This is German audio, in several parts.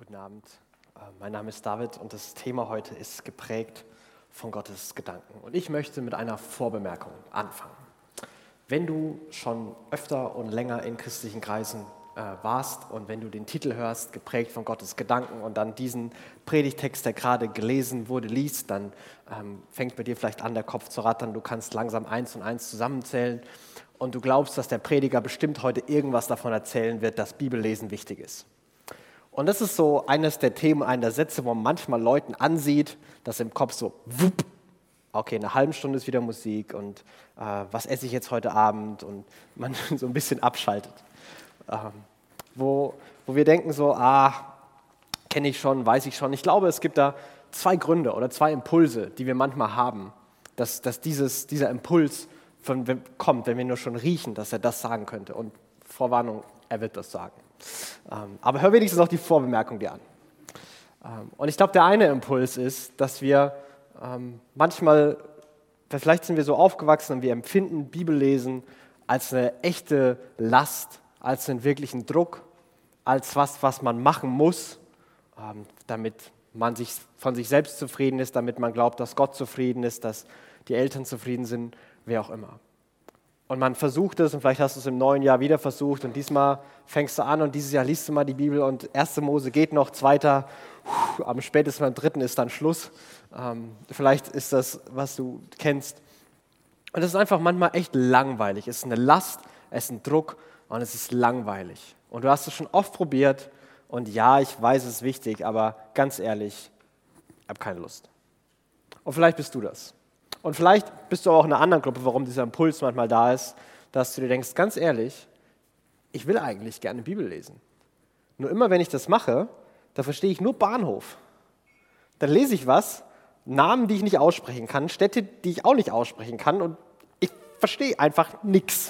Guten Abend, mein Name ist David und das Thema heute ist geprägt von Gottes Gedanken. Und ich möchte mit einer Vorbemerkung anfangen. Wenn du schon öfter und länger in christlichen Kreisen warst und wenn du den Titel hörst, geprägt von Gottes Gedanken und dann diesen Predigtext, der gerade gelesen wurde, liest, dann fängt bei dir vielleicht an, der Kopf zu rattern, du kannst langsam 1 und 1 zusammenzählen und du glaubst, dass der Prediger bestimmt heute irgendwas davon erzählen wird, dass Bibellesen wichtig ist. Und das ist so eines der Themen, einer der Sätze, wo man manchmal Leuten ansieht, dass im Kopf so, wupp, okay, in einer halben Stunde ist wieder Musik und was esse ich jetzt heute Abend und man so ein bisschen abschaltet. Wo wir denken so, kenne ich schon, weiß ich schon. Ich glaube, es gibt da 2 Gründe oder 2 Impulse, die wir manchmal haben, dass dieser Impuls kommt, wenn wir nur schon riechen, dass er das sagen könnte. Und Vorwarnung, er wird das sagen. Aber hör wenigstens noch die Vorbemerkung dir an. Und ich glaube, der eine Impuls ist, dass wir manchmal, vielleicht sind wir so aufgewachsen und wir empfinden Bibellesen als eine echte Last, als einen wirklichen Druck, als was man machen muss, damit man von sich selbst zufrieden ist, damit man glaubt, dass Gott zufrieden ist, dass die Eltern zufrieden sind, wer auch immer. Und man versucht es und vielleicht hast du es im neuen Jahr wieder versucht und diesmal fängst du an und dieses Jahr liest du mal die Bibel und 1. Mose geht noch, 2. Am spätestens beim 3. ist dann Schluss. Vielleicht ist das, was du kennst. Und es ist einfach manchmal echt langweilig. Es ist eine Last, es ist ein Druck und es ist langweilig. Und du hast es schon oft probiert und ja, ich weiß, es ist wichtig, aber ganz ehrlich, ich habe keine Lust. Und vielleicht bist du das. Und vielleicht bist du auch in einer anderen Gruppe, warum dieser Impuls manchmal da ist, dass du dir denkst, ganz ehrlich, ich will eigentlich gerne Bibel lesen. Nur immer, wenn ich das mache, da verstehe ich nur Bahnhof. Dann lese ich was, Namen, die ich nicht aussprechen kann, Städte, die ich auch nicht aussprechen kann und ich verstehe einfach nichts.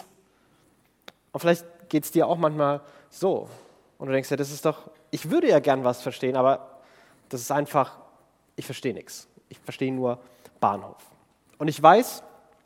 Und vielleicht geht es dir auch manchmal so. Und du denkst ja, das ist doch, ich würde ja gern was verstehen, aber das ist einfach, ich verstehe nichts. Ich verstehe nur Bahnhof. Und ich weiß,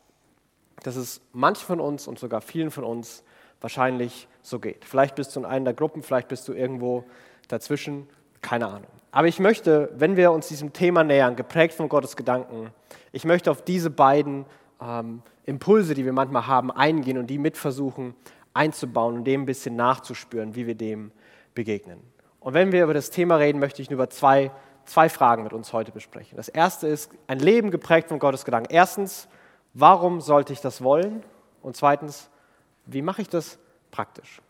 dass es manchen von uns und sogar vielen von uns wahrscheinlich so geht. Vielleicht bist du in einer der Gruppen, vielleicht bist du irgendwo dazwischen, keine Ahnung. Aber ich möchte, wenn wir uns diesem Thema nähern, geprägt von Gottes Gedanken, ich möchte auf diese beiden Impulse, die wir manchmal haben, eingehen und die mit versuchen einzubauen und dem ein bisschen nachzuspüren, wie wir dem begegnen. Und wenn wir über das Thema reden, möchte ich nur über zwei Fragen mit uns heute besprechen. Das erste ist, ein Leben geprägt von Gottes Gedanken. Erstens, warum sollte ich das wollen? Und zweitens, wie mache ich das praktisch?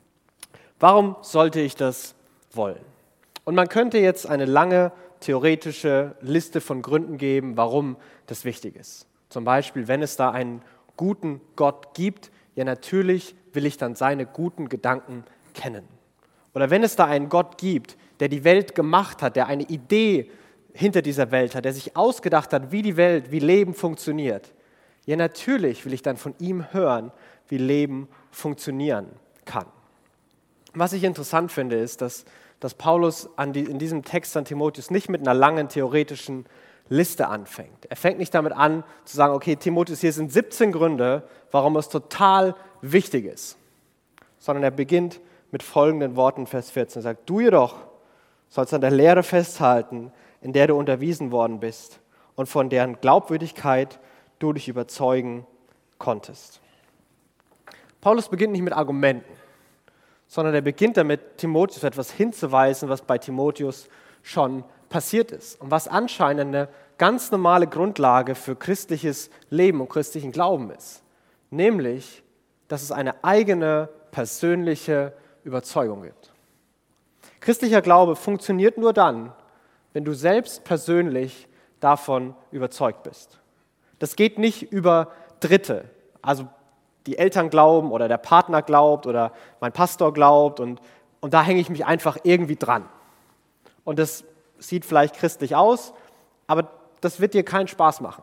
Warum sollte ich das wollen? Und man könnte jetzt eine lange theoretische Liste von Gründen geben, warum das wichtig ist. Zum Beispiel, wenn es da einen guten Gott gibt, ja natürlich will ich dann seine guten Gedanken kennen. Oder wenn es da einen Gott gibt, der die Welt gemacht hat, der eine Idee hinter dieser Welt hat, der sich ausgedacht hat, wie die Welt, wie Leben funktioniert, ja natürlich will ich dann von ihm hören, wie Leben funktionieren kann. Was ich interessant finde, ist, dass Paulus in diesem Text an Timotheus nicht mit einer langen theoretischen Liste anfängt. Er fängt nicht damit an, zu sagen, okay, Timotheus, hier sind 17 Gründe, warum es total wichtig ist, sondern er beginnt mit folgenden Worten, Vers 14. Er sagt, du jedoch sollst an der Lehre festhalten, in der du unterwiesen worden bist und von deren Glaubwürdigkeit du dich überzeugen konntest. Paulus beginnt nicht mit Argumenten, sondern er beginnt damit, Timotheus etwas hinzuweisen, was bei Timotheus schon passiert ist und was anscheinend eine ganz normale Grundlage für christliches Leben und christlichen Glauben ist. Nämlich, dass es eine eigene, persönliche Überzeugung gibt. Christlicher Glaube funktioniert nur dann, wenn du selbst persönlich davon überzeugt bist. Das geht nicht über Dritte, also die Eltern glauben oder der Partner glaubt oder mein Pastor glaubt und da hänge ich mich einfach irgendwie dran. Und das sieht vielleicht christlich aus, aber das wird dir keinen Spaß machen.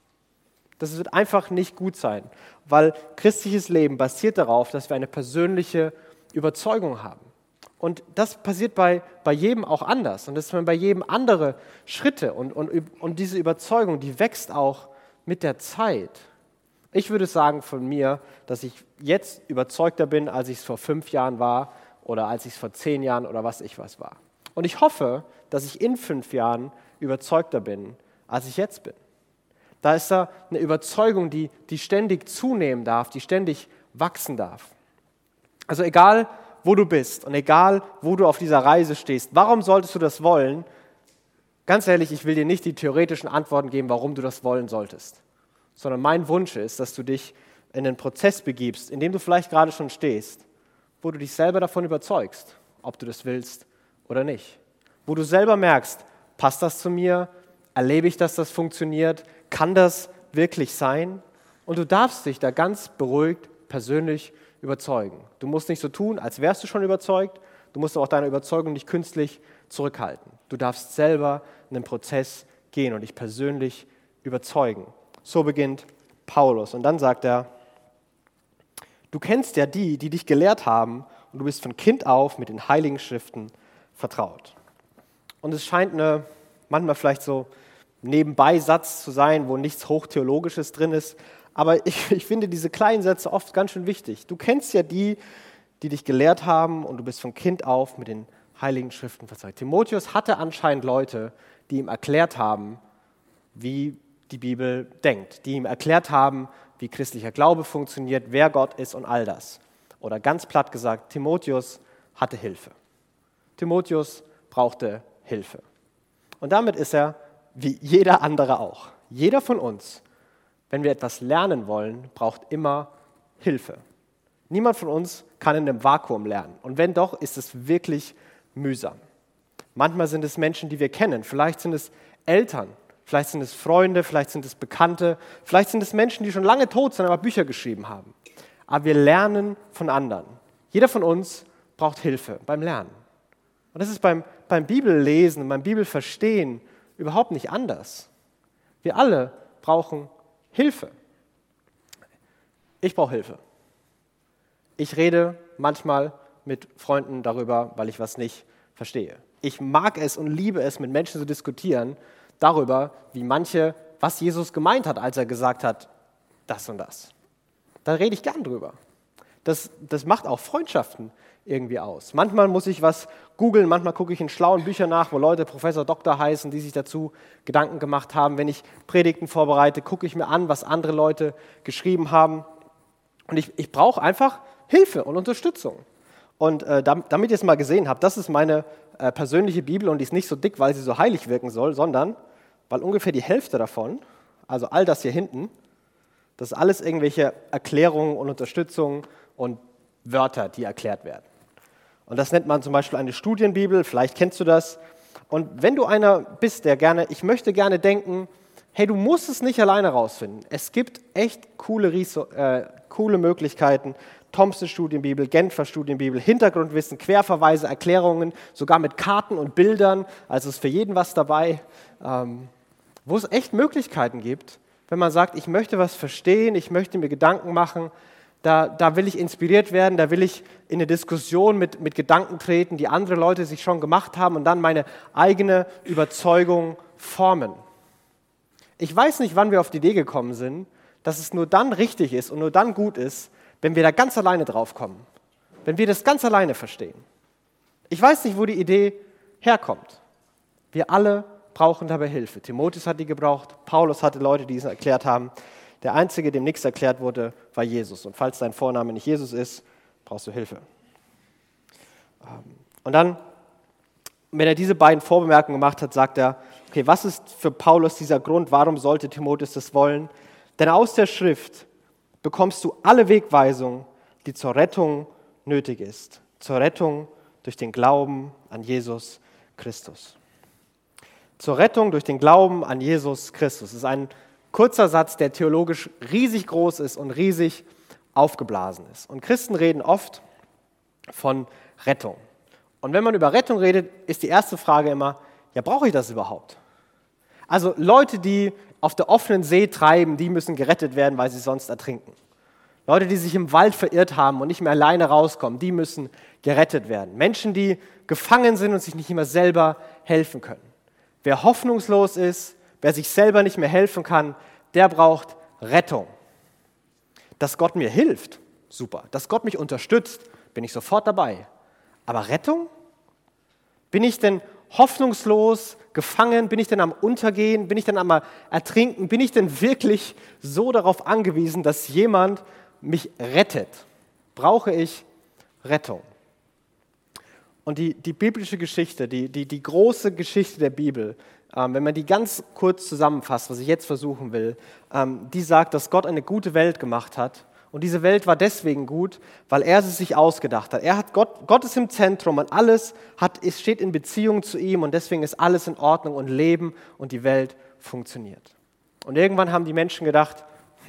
Das wird einfach nicht gut sein, weil christliches Leben basiert darauf, dass wir eine persönliche Überzeugung haben. Und das passiert bei jedem auch anders. Und das sind bei jedem andere Schritte. Und diese Überzeugung, die wächst auch mit der Zeit. Ich würde sagen von mir, dass ich jetzt überzeugter bin, als ich es vor 5 Jahren war oder als ich es vor 10 Jahren oder was war. Und ich hoffe, dass ich in 5 Jahren überzeugter bin, als ich jetzt bin. Da ist da eine Überzeugung, die ständig zunehmen darf, die ständig wachsen darf. Also egal, wo du bist und egal, wo du auf dieser Reise stehst, warum solltest du das wollen? Ganz ehrlich, ich will dir nicht die theoretischen Antworten geben, warum du das wollen solltest, sondern mein Wunsch ist, dass du dich in einen Prozess begibst, in dem du vielleicht gerade schon stehst, wo du dich selber davon überzeugst, ob du das willst oder nicht. Wo du selber merkst, passt das zu mir? Erlebe ich, dass das funktioniert? Kann das wirklich sein? Und du darfst dich da ganz beruhigt, persönlich überzeugen. Du musst nicht so tun, als wärst du schon überzeugt. Du musst auch deine Überzeugung nicht künstlich zurückhalten. Du darfst selber in den Prozess gehen und dich persönlich überzeugen. So beginnt Paulus. Und dann sagt er, du kennst ja die dich gelehrt haben und du bist von Kind auf mit den Heiligen Schriften vertraut. Und es scheint manchmal vielleicht so Nebenbei-Satz zu sein, wo nichts Hochtheologisches drin ist. Aber ich finde diese kleinen Sätze oft ganz schön wichtig. Du kennst ja die dich gelehrt haben und du bist von Kind auf mit den Heiligen Schriften vertraut. Timotheus hatte anscheinend Leute, die ihm erklärt haben, wie die Bibel denkt, die ihm erklärt haben, wie christlicher Glaube funktioniert, wer Gott ist und all das. Oder ganz platt gesagt, Timotheus hatte Hilfe. Timotheus brauchte Hilfe. Und damit ist er wie jeder andere auch. Jeder von uns, wenn wir etwas lernen wollen, braucht immer Hilfe. Niemand von uns kann in einem Vakuum lernen. Und wenn doch, ist es wirklich mühsam. Manchmal sind es Menschen, die wir kennen. Vielleicht sind es Eltern, vielleicht sind es Freunde, vielleicht sind es Bekannte, vielleicht sind es Menschen, die schon lange tot sind, aber Bücher geschrieben haben. Aber wir lernen von anderen. Jeder von uns braucht Hilfe beim Lernen. Und das ist beim Bibellesen, beim Bibelverstehen überhaupt nicht anders. Wir alle brauchen Hilfe. Ich brauche Hilfe. Ich rede manchmal mit Freunden darüber, weil ich was nicht verstehe. Ich mag es und liebe es, mit Menschen zu diskutieren darüber, was Jesus gemeint hat, als er gesagt hat, das und das. Da rede ich gern drüber. Das macht auch Freundschaften irgendwie aus. Manchmal muss ich was googeln, manchmal gucke ich in schlauen Büchern nach, wo Leute Professor, Doktor heißen, die sich dazu Gedanken gemacht haben. Wenn ich Predigten vorbereite, gucke ich mir an, was andere Leute geschrieben haben. Und ich brauche einfach Hilfe und Unterstützung. Und damit ihr es mal gesehen habt, das ist meine persönliche Bibel und die ist nicht so dick, weil sie so heilig wirken soll, sondern weil ungefähr die Hälfte davon, also all das hier hinten, das ist alles irgendwelche Erklärungen und Unterstützungen und Wörter, die erklärt werden. Und das nennt man zum Beispiel eine Studienbibel, vielleicht kennst du das. Und wenn du einer bist, ich möchte gerne denken, hey, du musst es nicht alleine rausfinden. Es gibt echt coole Möglichkeiten, Thompson Studienbibel, Genfer Studienbibel, Hintergrundwissen, Querverweise, Erklärungen, sogar mit Karten und Bildern, also ist für jeden was dabei, wo es echt Möglichkeiten gibt, wenn man sagt, ich möchte was verstehen, ich möchte mir Gedanken machen, da will ich inspiriert werden, da will ich in eine Diskussion mit Gedanken treten, die andere Leute sich schon gemacht haben und dann meine eigene Überzeugung formen. Ich weiß nicht, wann wir auf die Idee gekommen sind, dass es nur dann richtig ist und nur dann gut ist, wenn wir da ganz alleine drauf kommen, wenn wir das ganz alleine verstehen. Ich weiß nicht, wo die Idee herkommt. Wir alle brauchen dabei Hilfe. Timotheus hat die gebraucht, Paulus hatte Leute, die es erklärt haben. Der Einzige, dem nichts erklärt wurde, war Jesus. Und falls dein Vorname nicht Jesus ist, brauchst du Hilfe. Und dann, wenn er diese beiden Vorbemerkungen gemacht hat, sagt er, okay, was ist für Paulus dieser Grund, warum sollte Timotheus das wollen? Denn aus der Schrift bekommst du alle Wegweisung, die zur Rettung nötig ist. Zur Rettung durch den Glauben an Jesus Christus. Zur Rettung durch den Glauben an Jesus Christus. Das ist ein kurzer Satz, der theologisch riesig groß ist und riesig aufgeblasen ist. Und Christen reden oft von Rettung. Und wenn man über Rettung redet, ist die erste Frage immer, ja, brauche ich das überhaupt? Also Leute, die auf der offenen See treiben, die müssen gerettet werden, weil sie sonst ertrinken. Leute, die sich im Wald verirrt haben und nicht mehr alleine rauskommen, die müssen gerettet werden. Menschen, die gefangen sind und sich nicht mehr selber helfen können. Wer hoffnungslos ist, wer sich selber nicht mehr helfen kann, der braucht Rettung. Dass Gott mir hilft, super. Dass Gott mich unterstützt, bin ich sofort dabei. Aber Rettung? Bin ich denn hoffnungslos gefangen? Bin ich denn am Untergehen? Bin ich denn am Ertrinken? Bin ich denn wirklich so darauf angewiesen, dass jemand mich rettet? Brauche ich Rettung? Und die biblische Geschichte, die große Geschichte der Bibel, wenn man die ganz kurz zusammenfasst, was ich jetzt versuchen will, die sagt, dass Gott eine gute Welt gemacht hat. Und diese Welt war deswegen gut, weil er sie sich ausgedacht hat. Gott ist im Zentrum und es steht in Beziehung zu ihm und deswegen ist alles in Ordnung und Leben und die Welt funktioniert. Und irgendwann haben die Menschen gedacht,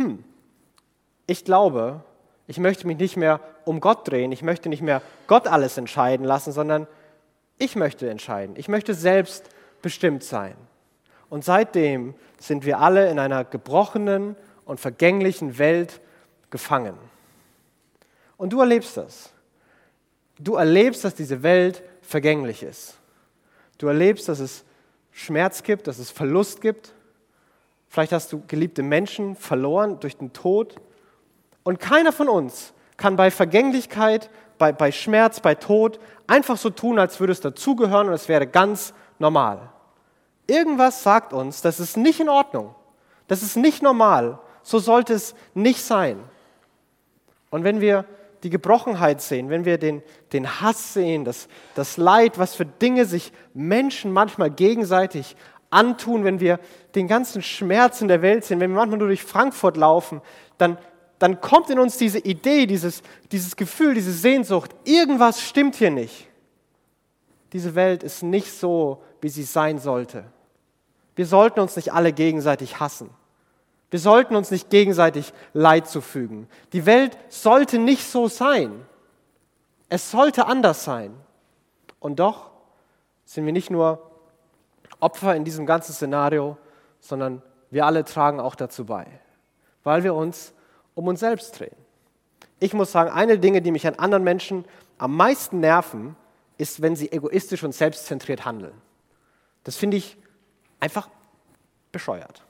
ich glaube, ich möchte mich nicht mehr um Gott drehen, ich möchte nicht mehr Gott alles entscheiden lassen, sondern ich möchte entscheiden. Ich möchte selbst bestimmt sein. Und seitdem sind wir alle in einer gebrochenen und vergänglichen Welt gefangen. Und du erlebst das. Du erlebst, dass diese Welt vergänglich ist. Du erlebst, dass es Schmerz gibt, dass es Verlust gibt. Vielleicht hast du geliebte Menschen verloren durch den Tod. Und keiner von uns kann bei Vergänglichkeit, bei Schmerz, bei Tod einfach so tun, als würde es dazugehören und es wäre ganz normal. Irgendwas sagt uns, das ist nicht in Ordnung. Das ist nicht normal. So sollte es nicht sein. Und wenn wir die Gebrochenheit sehen, wenn wir den Hass sehen, das Leid, was für Dinge sich Menschen manchmal gegenseitig antun, wenn wir den ganzen Schmerz in der Welt sehen, wenn wir manchmal nur durch Frankfurt laufen, dann kommt in uns diese Idee, dieses Gefühl, diese Sehnsucht, irgendwas stimmt hier nicht. Diese Welt ist nicht so, wie sie sein sollte. Wir sollten uns nicht alle gegenseitig hassen. Wir sollten uns nicht gegenseitig Leid zufügen. Die Welt sollte nicht so sein. Es sollte anders sein. Und doch sind wir nicht nur Opfer in diesem ganzen Szenario, sondern wir alle tragen auch dazu bei, weil wir uns um uns selbst drehen. Ich muss sagen, eine der Dinge, die mich an anderen Menschen am meisten nerven, ist, wenn sie egoistisch und selbstzentriert handeln. Das finde ich einfach bescheuert.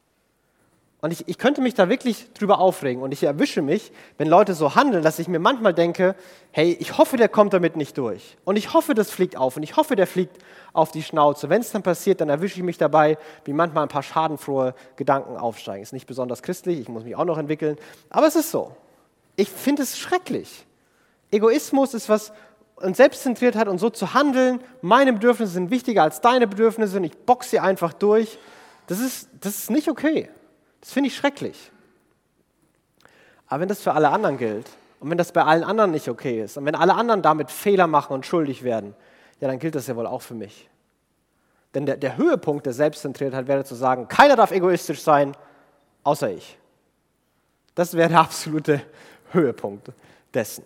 Und ich könnte mich da wirklich drüber aufregen und ich erwische mich, wenn Leute so handeln, dass ich mir manchmal denke, hey, ich hoffe, der kommt damit nicht durch. Und ich hoffe, das fliegt auf und ich hoffe, der fliegt auf die Schnauze. Wenn es dann passiert, dann erwische ich mich dabei, wie manchmal ein paar schadenfrohe Gedanken aufsteigen. Ist nicht besonders christlich, ich muss mich auch noch entwickeln, aber es ist so. Ich finde es schrecklich. Egoismus ist was, und Selbstzentriertheit und so zu handeln, meine Bedürfnisse sind wichtiger als deine Bedürfnisse und ich boxe sie einfach durch, das ist nicht okay. Das finde ich schrecklich. Aber wenn das für alle anderen gilt und wenn das bei allen anderen nicht okay ist und wenn alle anderen damit Fehler machen und schuldig werden, ja, dann gilt das ja wohl auch für mich. Denn der Höhepunkt der Selbstzentriertheit wäre zu sagen, keiner darf egoistisch sein, außer ich. Das wäre der absolute Höhepunkt dessen.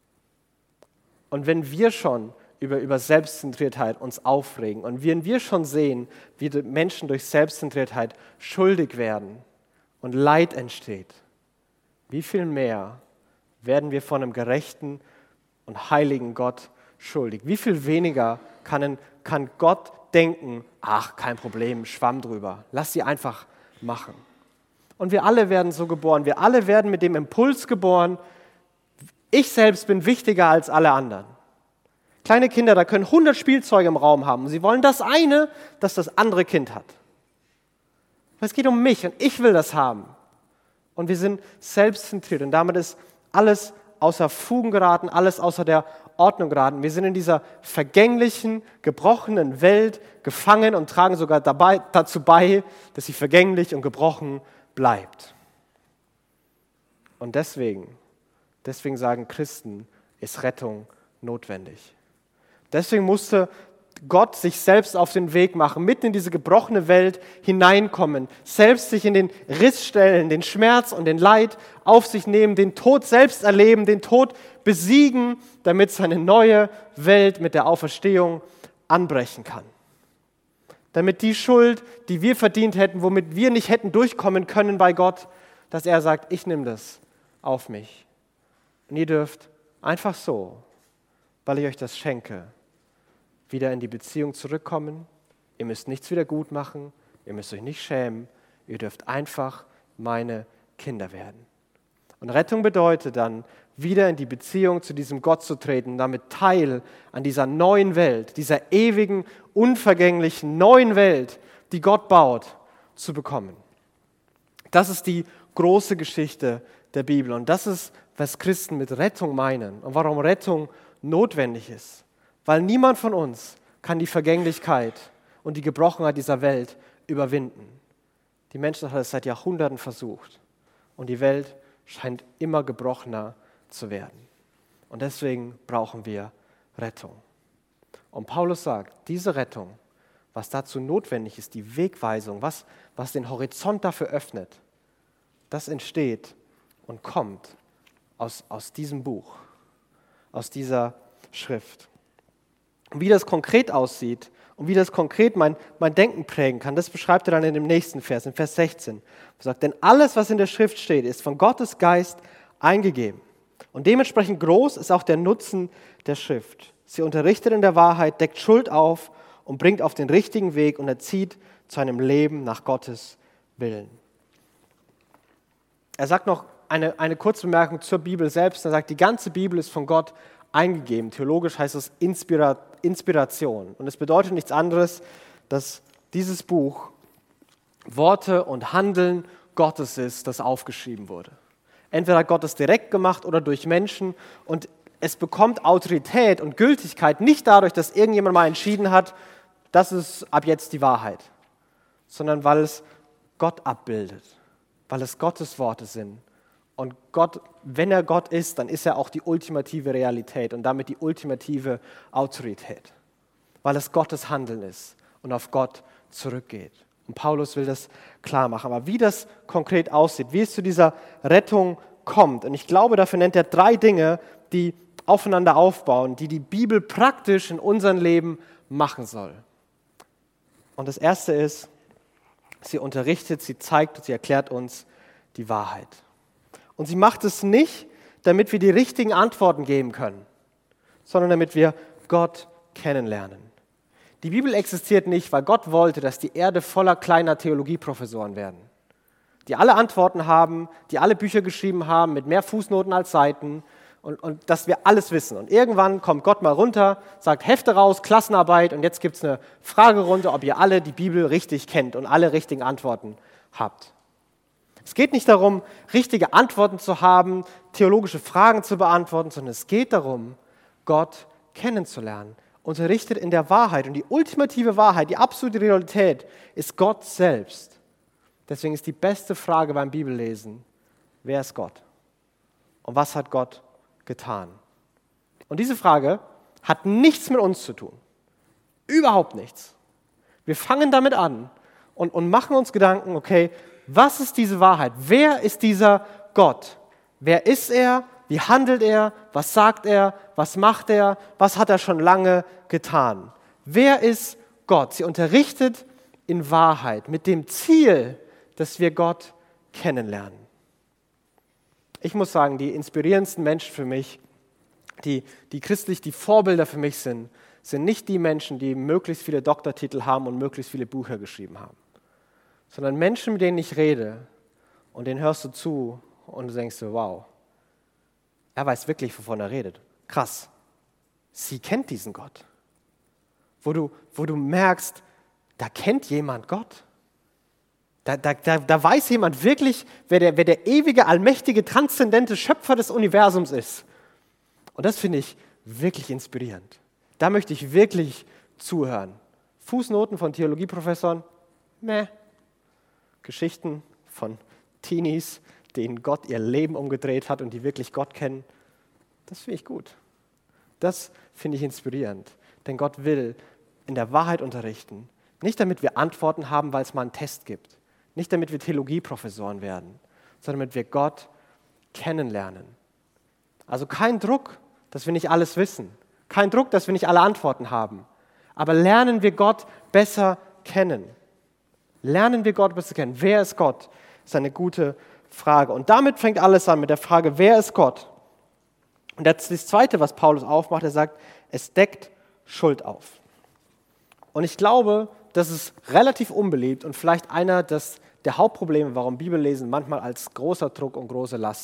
Und wenn wir schon über Selbstzentriertheit uns aufregen und wenn wir schon sehen, wie Menschen durch Selbstzentriertheit schuldig werden und Leid entsteht, wie viel mehr werden wir von einem gerechten und heiligen Gott schuldig? Wie viel weniger kann Gott denken, ach, kein Problem, Schwamm drüber, lass sie einfach machen. Und wir alle werden so geboren, wir alle werden mit dem Impuls geboren, ich selbst bin wichtiger als alle anderen. Kleine Kinder, da können 100 Spielzeuge im Raum haben und sie wollen das eine, das das andere Kind hat. Es geht um mich und ich will das haben. Und wir sind selbstzentriert und damit ist alles außer Fugen geraten, alles außer der Ordnung geraten. Wir sind in dieser vergänglichen, gebrochenen Welt gefangen und tragen sogar dazu bei, dass sie vergänglich und gebrochen bleibt. Und deswegen sagen Christen, ist Rettung notwendig. Deswegen musste Gott sich selbst auf den Weg machen, mitten in diese gebrochene Welt hineinkommen, selbst sich in den Riss stellen, den Schmerz und den Leid auf sich nehmen, den Tod selbst erleben, den Tod besiegen, damit seine neue Welt mit der Auferstehung anbrechen kann. Damit die Schuld, die wir verdient hätten, womit wir nicht hätten durchkommen können bei Gott, dass er sagt, ich nehme das auf mich. Und ihr dürft einfach so, weil ich euch das schenke, wieder in die Beziehung zurückkommen. Ihr müsst nichts wieder gut machen, ihr müsst euch nicht schämen, ihr dürft einfach meine Kinder werden. Und Rettung bedeutet dann, wieder in die Beziehung zu diesem Gott zu treten, damit Teil an dieser neuen Welt, dieser ewigen, unvergänglichen neuen Welt, die Gott baut, zu bekommen. Das ist die große Geschichte der Bibel und das ist, was Christen mit Rettung meinen und warum Rettung notwendig ist. Weil niemand von uns kann die Vergänglichkeit und die Gebrochenheit dieser Welt überwinden. Die Menschheit hat es seit Jahrhunderten versucht und die Welt scheint immer gebrochener zu werden. Und deswegen brauchen wir Rettung. Und Paulus sagt, diese Rettung, was dazu notwendig ist, die Wegweisung, was den Horizont dafür öffnet, das entsteht und kommt aus diesem Buch, aus dieser Schrift. Und wie das konkret aussieht und wie das konkret mein Denken prägen kann, das beschreibt er dann in dem nächsten Vers, in Vers 16. Er sagt, denn alles, was in der Schrift steht, ist von Gottes Geist eingegeben. Und dementsprechend groß ist auch der Nutzen der Schrift. Sie unterrichtet in der Wahrheit, deckt Schuld auf und bringt auf den richtigen Weg und erzieht zu einem Leben nach Gottes Willen. Er sagt noch eine kurze Bemerkung zur Bibel selbst. Er sagt, die ganze Bibel ist von Gott eingegeben. Theologisch heißt es Inspiration. Und es bedeutet nichts anderes, dass dieses Buch Worte und Handeln Gottes ist, das aufgeschrieben wurde. Entweder hat Gott es direkt gemacht oder durch Menschen. Und es bekommt Autorität und Gültigkeit nicht dadurch, dass irgendjemand mal entschieden hat, das ist ab jetzt die Wahrheit, sondern weil es Gott abbildet, weil es Gottes Worte sind. Und Gott, wenn er Gott ist, dann ist er auch die ultimative Realität und damit die ultimative Autorität, weil es Gottes Handeln ist und auf Gott zurückgeht. Und Paulus will das klar machen. Aber wie das konkret aussieht, wie es zu dieser Rettung kommt, und ich glaube, dafür nennt er 3 Dinge, die aufeinander aufbauen, die die Bibel praktisch in unserem Leben machen soll. Und das erste ist, sie unterrichtet, sie zeigt, sie erklärt uns die Wahrheit. Und sie macht es nicht, damit wir die richtigen Antworten geben können, sondern damit wir Gott kennenlernen. Die Bibel existiert nicht, weil Gott wollte, dass die Erde voller kleiner Theologieprofessoren werden, die alle Antworten haben, die alle Bücher geschrieben haben, mit mehr Fußnoten als Seiten und dass wir alles wissen. Und irgendwann kommt Gott mal runter, sagt Hefte raus, Klassenarbeit und jetzt gibt es eine Fragerunde, ob ihr alle die Bibel richtig kennt und alle richtigen Antworten habt. Es geht nicht darum, richtige Antworten zu haben, theologische Fragen zu beantworten, sondern es geht darum, Gott kennenzulernen. Unterrichtet in der Wahrheit. Und die ultimative Wahrheit, die absolute Realität ist Gott selbst. Deswegen ist die beste Frage beim Bibellesen, wer ist Gott? Und was hat Gott getan? Und diese Frage hat nichts mit uns zu tun. Überhaupt nichts. Wir fangen damit an und machen uns Gedanken, okay, was ist diese Wahrheit? Wer ist dieser Gott? Wer ist er? Wie handelt er? Was sagt er? Was macht er? Was hat er schon lange getan? Wer ist Gott? Sie unterrichtet in Wahrheit mit dem Ziel, dass wir Gott kennenlernen. Ich muss sagen, die inspirierendsten Menschen für mich, die christlich die Vorbilder für mich sind nicht die Menschen, die möglichst viele Doktortitel haben und möglichst viele Bücher geschrieben haben, sondern Menschen, mit denen ich rede und denen hörst du zu und du denkst so, wow, er weiß wirklich, wovon er redet. Krass, sie kennt diesen Gott. Wo du merkst, da kennt jemand Gott. Da weiß jemand wirklich, wer der ewige, allmächtige, transzendente Schöpfer des Universums ist. Und das finde ich wirklich inspirierend. Da möchte ich wirklich zuhören. Fußnoten von Theologieprofessoren? Meh. Geschichten von Teenies, denen Gott ihr Leben umgedreht hat und die wirklich Gott kennen? Das finde ich gut. Das finde ich inspirierend. Denn Gott will in der Wahrheit unterrichten. Nicht damit wir Antworten haben, weil es mal einen Test gibt. Nicht damit wir Theologieprofessoren werden, sondern damit wir Gott kennenlernen. Also kein Druck, dass wir nicht alles wissen. Kein Druck, dass wir nicht alle Antworten haben. Aber lernen wir Gott besser kennen. Lernen wir Gott besser kennen. Wer ist Gott? Das ist eine gute Frage. Und damit fängt alles an mit der Frage, wer ist Gott? Und das Zweite, was Paulus aufmacht, er sagt, es deckt Schuld auf. Und ich glaube, das ist relativ unbeliebt und vielleicht einer der Hauptprobleme, warum Bibellesen manchmal als großer Druck und große Last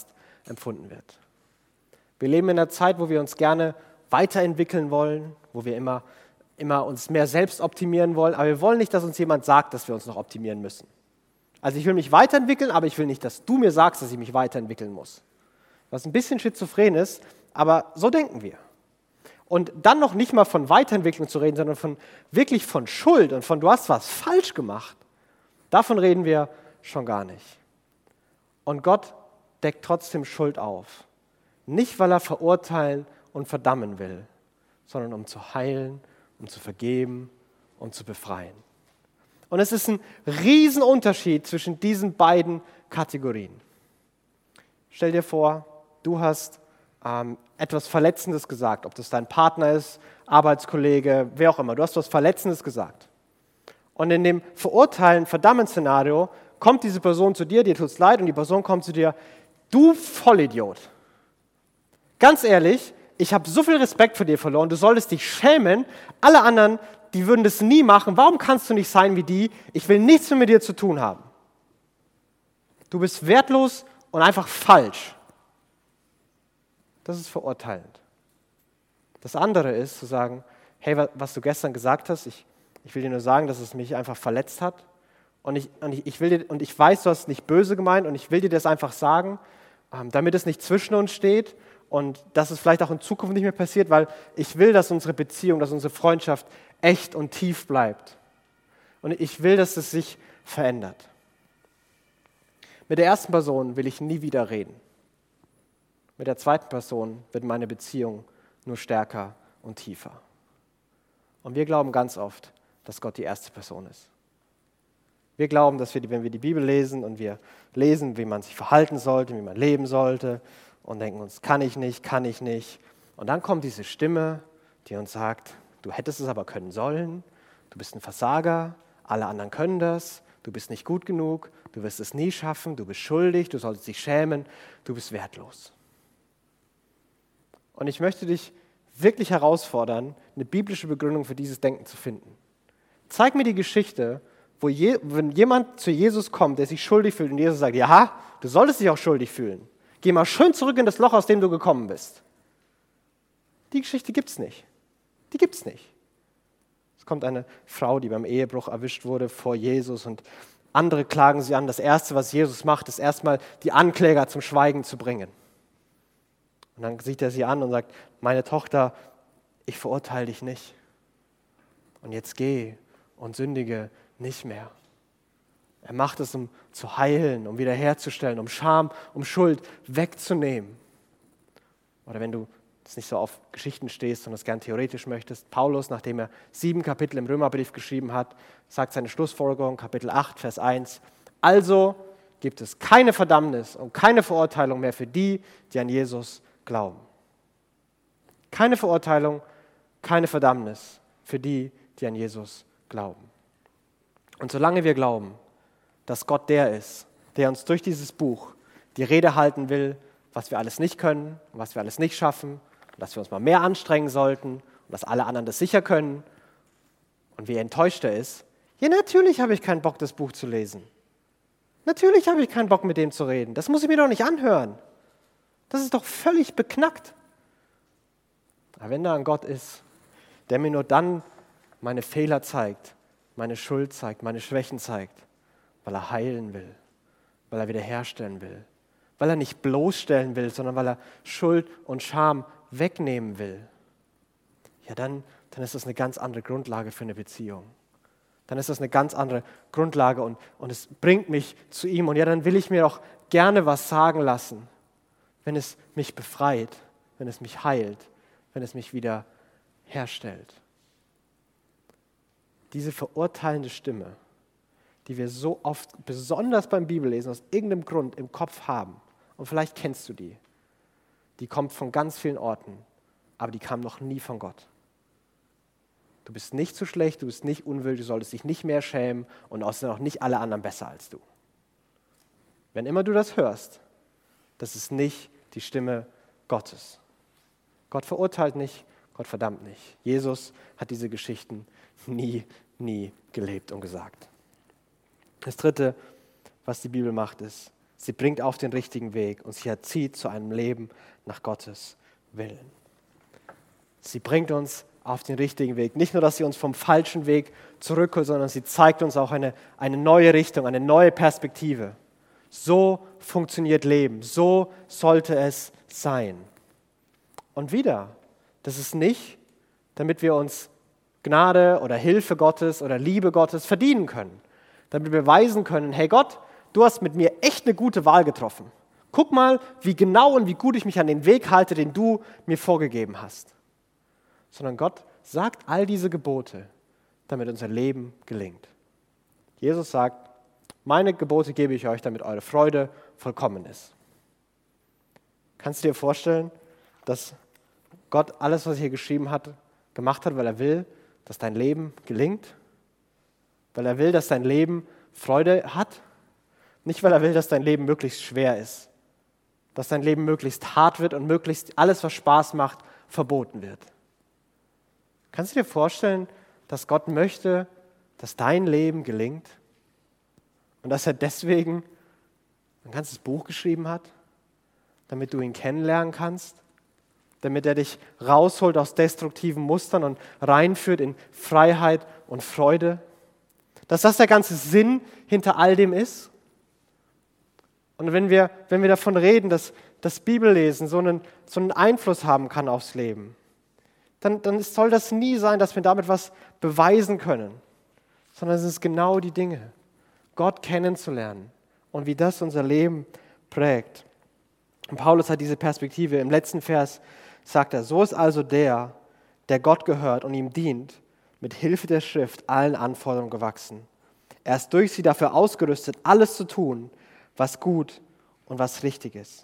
empfunden wird. Wir leben in einer Zeit, wo wir uns gerne weiterentwickeln wollen, wo wir immer uns mehr selbst optimieren wollen, aber wir wollen nicht, dass uns jemand sagt, dass wir uns noch optimieren müssen. Also ich will mich weiterentwickeln, aber ich will nicht, dass du mir sagst, dass ich mich weiterentwickeln muss. Was ein bisschen schizophren ist, aber so denken wir. Und dann noch nicht mal von Weiterentwicklung zu reden, sondern wirklich von Schuld und von du hast was falsch gemacht, davon reden wir schon gar nicht. Und Gott deckt trotzdem Schuld auf. Nicht, weil er verurteilen und verdammen will, sondern um zu heilen, um zu vergeben und zu befreien. Und es ist ein Riesenunterschied zwischen diesen beiden Kategorien. Stell dir vor, du hast etwas Verletzendes gesagt, ob das dein Partner ist, Arbeitskollege, wer auch immer. Du hast etwas Verletzendes gesagt. Und in dem Verurteilen, Verdammen-Szenario kommt diese Person zu dir, dir tut es leid, und die Person kommt zu dir, du Vollidiot. Ganz ehrlich, ich habe so viel Respekt vor dir verloren, du solltest dich schämen, alle anderen, die würden das nie machen, warum kannst du nicht sein wie die? Ich will nichts mehr mit dir zu tun haben. Du bist wertlos und einfach falsch. Das ist verurteilend. Das andere ist zu sagen, hey, was du gestern gesagt hast, ich will dir nur sagen, dass es mich einfach verletzt hat und ich weiß, du hast es nicht böse gemeint und ich will dir das einfach sagen, damit es nicht zwischen uns steht und dass es vielleicht auch in Zukunft nicht mehr passiert, weil ich will, dass unsere Beziehung, dass unsere Freundschaft echt und tief bleibt. Und ich will, dass es sich verändert. Mit der ersten Person will ich nie wieder reden. Mit der zweiten Person wird meine Beziehung nur stärker und tiefer. Und wir glauben ganz oft, dass Gott die erste Person ist. Wir glauben, dass wenn wir die Bibel lesen und wir lesen, wie man sich verhalten sollte, wie man leben sollte und denken uns, kann ich nicht. Und dann kommt diese Stimme, die uns sagt, du hättest es aber können sollen, du bist ein Versager, alle anderen können das, du bist nicht gut genug, du wirst es nie schaffen, du bist schuldig, du solltest dich schämen, du bist wertlos. Und ich möchte dich wirklich herausfordern, eine biblische Begründung für dieses Denken zu finden. Zeig mir die Geschichte, wenn jemand zu Jesus kommt, der sich schuldig fühlt und Jesus sagt, ja, du solltest dich auch schuldig fühlen. Geh mal schön zurück in das Loch, aus dem du gekommen bist. Die Geschichte gibt es nicht. Die gibt es nicht. Es kommt eine Frau, die beim Ehebruch erwischt wurde vor Jesus und andere klagen sie an. Das Erste, was Jesus macht, ist erstmal die Ankläger zum Schweigen zu bringen. Und dann sieht er sie an und sagt, meine Tochter, ich verurteile dich nicht. Und jetzt geh und sündige nicht mehr. Er macht es, um zu heilen, um wiederherzustellen, um Scham, um Schuld wegzunehmen. Oder wenn du jetzt nicht so auf Geschichten stehst und es gern theoretisch möchtest, Paulus, nachdem er 7 Kapitel im Römerbrief geschrieben hat, sagt seine Schlussfolgerung, Kapitel 8, Vers 1, also gibt es keine Verdammnis und keine Verurteilung mehr für die, die an Jesus glauben. Keine Verurteilung, keine Verdammnis für die, die an Jesus glauben. Und solange wir glauben, dass Gott der ist, der uns durch dieses Buch die Rede halten will, was wir alles nicht können und was wir alles nicht schaffen und dass wir uns mal mehr anstrengen sollten und dass alle anderen das sicher können und wie enttäuscht er ist, ja, natürlich habe ich keinen Bock, das Buch zu lesen. Natürlich habe ich keinen Bock, mit dem zu reden. Das muss ich mir doch nicht anhören. Das ist doch völlig beknackt. Aber wenn da ein Gott ist, der mir nur dann meine Fehler zeigt, meine Schuld zeigt, meine Schwächen zeigt, weil er heilen will, weil er wiederherstellen will, weil er nicht bloßstellen will, sondern weil er Schuld und Scham wegnehmen will, ja, dann ist das eine ganz andere Grundlage für eine Beziehung. Dann ist das eine ganz andere Grundlage und es bringt mich zu ihm. Und ja, dann will ich mir auch gerne was sagen lassen, wenn es mich befreit, wenn es mich heilt, wenn es mich wieder herstellt. Diese verurteilende Stimme, die wir so oft, besonders beim Bibellesen, aus irgendeinem Grund im Kopf haben, und vielleicht kennst du die kommt von ganz vielen Orten, aber die kam noch nie von Gott. Du bist nicht so schlecht, du bist nicht unwürdig, du solltest dich nicht mehr schämen und außerdem auch nicht alle anderen besser als du. Wenn immer du das hörst, das ist nicht die Stimme Gottes. Gott verurteilt nicht, Gott verdammt nicht. Jesus hat diese Geschichten nie gelebt und gesagt. Das Dritte, was die Bibel macht, ist, Sie bringt auf den richtigen Weg und sie erzieht zu einem Leben nach Gottes Willen. Sie bringt uns auf den richtigen Weg. Nicht nur, dass sie uns vom falschen Weg zurückholt, sondern sie zeigt uns auch eine neue Richtung, eine neue Perspektive. So funktioniert Leben. So sollte es sein. Und wieder, das ist nicht, damit wir uns Gnade oder Hilfe Gottes oder Liebe Gottes verdienen können. Damit wir beweisen können, hey Gott, du hast mit mir echt eine gute Wahl getroffen. Guck mal, wie genau und wie gut ich mich an den Weg halte, den du mir vorgegeben hast. Sondern Gott sagt all diese Gebote, damit unser Leben gelingt. Jesus sagt, meine Gebote gebe ich euch, damit eure Freude vollkommen ist. Kannst du dir vorstellen, dass Gott alles, was er hier geschrieben hat, gemacht hat, weil er will, dass dein Leben gelingt? Weil er will, dass dein Leben Freude hat? Nicht, weil er will, dass dein Leben möglichst schwer ist. Dass dein Leben möglichst hart wird und möglichst alles, was Spaß macht, verboten wird. Kannst du dir vorstellen, dass Gott möchte, dass dein Leben gelingt? Und dass er deswegen ein ganzes Buch geschrieben hat, damit du ihn kennenlernen kannst? Damit er dich rausholt aus destruktiven Mustern und reinführt in Freiheit und Freude? Dass das der ganze Sinn hinter all dem ist? Und wenn wir davon reden, dass das Bibellesen so einen Einfluss haben kann aufs Leben, dann soll das nie sein, dass wir damit was beweisen können, sondern es ist genau die Dinge, Gott kennenzulernen und wie das unser Leben prägt. Und Paulus hat diese Perspektive. Im letzten Vers sagt er, so ist also der Gott gehört und ihm dient, mit Hilfe der Schrift allen Anforderungen gewachsen. Er ist durch sie dafür ausgerüstet, alles zu tun, was gut und was richtig ist.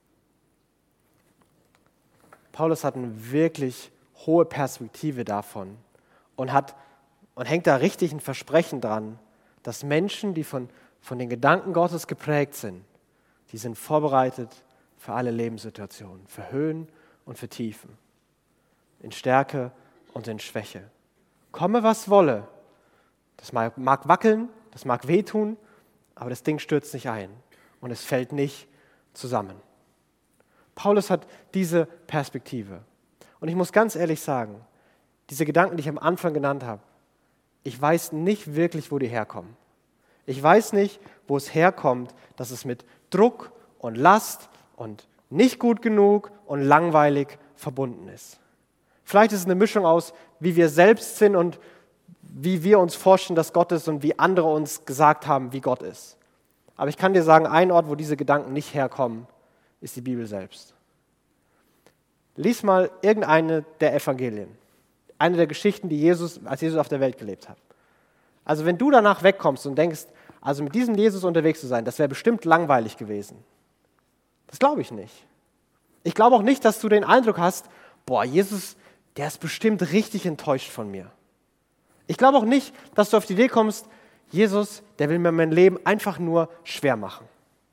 Paulus hat eine wirklich hohe Perspektive davon und hängt da richtig ein Versprechen dran, dass Menschen, die von den Gedanken Gottes geprägt sind, die sind vorbereitet für alle Lebenssituationen, für Höhen und für Tiefen, in Stärke und in Schwäche. Komme, was wolle. Das mag wackeln, das mag wehtun, aber das Ding stürzt nicht ein und es fällt nicht zusammen. Paulus hat diese Perspektive. Und ich muss ganz ehrlich sagen, diese Gedanken, die ich am Anfang genannt habe, ich weiß nicht wirklich, wo die herkommen. Ich weiß nicht, wo es herkommt, dass es mit Druck und Last und nicht gut genug und langweilig verbunden ist. Vielleicht ist es eine Mischung aus, wie wir selbst sind und wie wir uns vorstellen, dass Gott ist und wie andere uns gesagt haben, wie Gott ist. Aber ich kann dir sagen, ein Ort, wo diese Gedanken nicht herkommen, ist die Bibel selbst. Lies mal irgendeine der Evangelien, eine der Geschichten, als Jesus auf der Welt gelebt hat. Also wenn du danach wegkommst und denkst, also mit diesem Jesus unterwegs zu sein, das wäre bestimmt langweilig gewesen. Das glaube ich nicht. Ich glaube auch nicht, dass du den Eindruck hast, boah, Jesus, der ist bestimmt richtig enttäuscht von mir. Ich glaube auch nicht, dass du auf die Idee kommst, Jesus, der will mir mein Leben einfach nur schwer machen.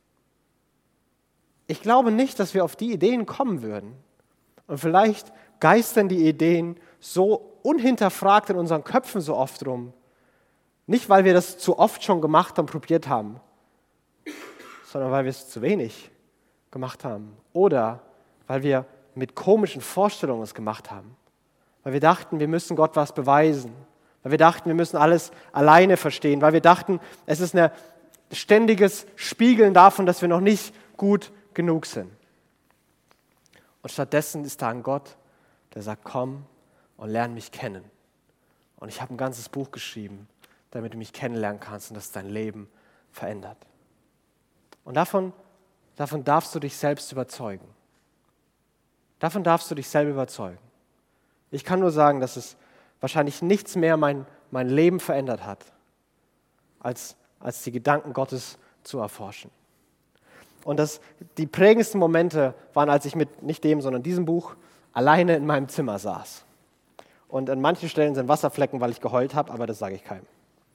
Ich glaube nicht, dass wir auf die Ideen kommen würden. Und vielleicht geistern die Ideen so unhinterfragt in unseren Köpfen so oft rum. Nicht, weil wir das zu oft schon gemacht und probiert haben, sondern weil wir es zu wenig gemacht haben. Oder weil wir mit komischen Vorstellungen es gemacht haben. Weil wir dachten, wir müssen Gott was beweisen. Weil wir dachten, wir müssen alles alleine verstehen. Weil wir dachten, es ist ein ständiges Spiegeln davon, dass wir noch nicht gut genug sind. Und stattdessen ist da ein Gott, der sagt, komm und lern mich kennen. Und ich habe ein ganzes Buch geschrieben, damit du mich kennenlernen kannst und das dein Leben verändert. Und davon darfst du dich selbst überzeugen. Davon darfst du dich selber überzeugen. Ich kann nur sagen, dass es wahrscheinlich nichts mehr mein Leben verändert hat, als die Gedanken Gottes zu erforschen. Und die prägendsten Momente waren, als ich mit nicht dem, sondern diesem Buch alleine in meinem Zimmer saß. Und an manchen Stellen sind Wasserflecken, weil ich geheult habe, aber das sage ich keinem.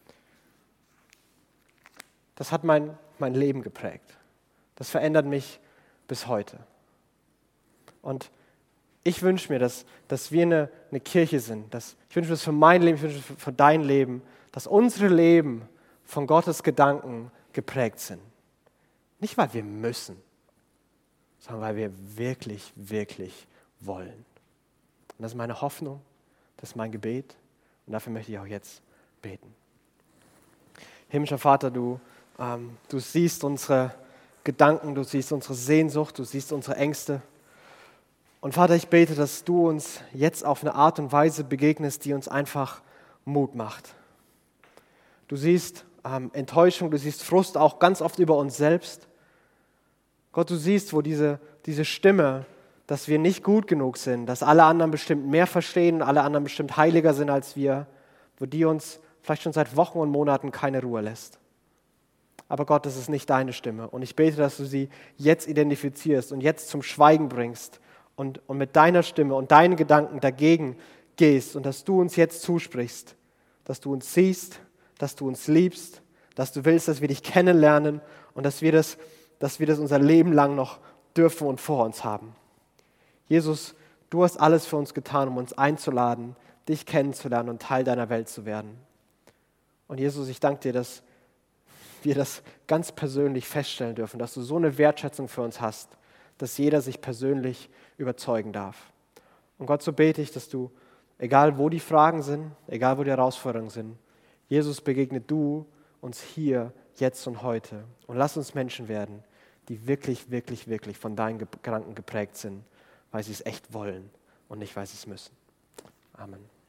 Das hat mein Leben geprägt. Das verändert mich bis heute. Und ich wünsche mir, dass wir eine Kirche sind. Ich wünsche mir das für mein Leben, ich wünsche mir das für dein Leben, dass unsere Leben von Gottes Gedanken geprägt sind. Nicht, weil wir müssen, sondern weil wir wirklich, wirklich wollen. Und das ist meine Hoffnung, das ist mein Gebet und dafür möchte ich auch jetzt beten. Himmlischer Vater, du siehst unsere Gedanken, du siehst unsere Sehnsucht, du siehst unsere Ängste. Und Vater, ich bete, dass du uns jetzt auf eine Art und Weise begegnest, die uns einfach Mut macht. Du siehst Enttäuschung, du siehst Frust auch ganz oft über uns selbst. Gott, du siehst, wo diese Stimme, dass wir nicht gut genug sind, dass alle anderen bestimmt mehr verstehen, alle anderen bestimmt heiliger sind als wir, wo die uns vielleicht schon seit Wochen und Monaten keine Ruhe lässt. Aber Gott, das ist nicht deine Stimme. Und ich bete, dass du sie jetzt identifizierst und jetzt zum Schweigen bringst und mit deiner Stimme und deinen Gedanken dagegen gehst und dass du uns jetzt zusprichst, dass du uns siehst, dass du uns liebst, dass du willst, dass wir dich kennenlernen und dass wir das unser Leben lang noch dürfen und vor uns haben. Jesus, du hast alles für uns getan, um uns einzuladen, dich kennenzulernen und Teil deiner Welt zu werden. Und Jesus, ich danke dir, dass wir das ganz persönlich feststellen dürfen, dass du so eine Wertschätzung für uns hast, dass jeder sich persönlich überzeugen darf. Und Gott, so bete ich, dass du, egal wo die Fragen sind, egal wo die Herausforderungen sind, Jesus, begegne du uns hier, jetzt und heute. Und lass uns Menschen werden, die wirklich, wirklich, wirklich von deinen Gedanken geprägt sind, weil sie es echt wollen und nicht, weil sie es müssen. Amen.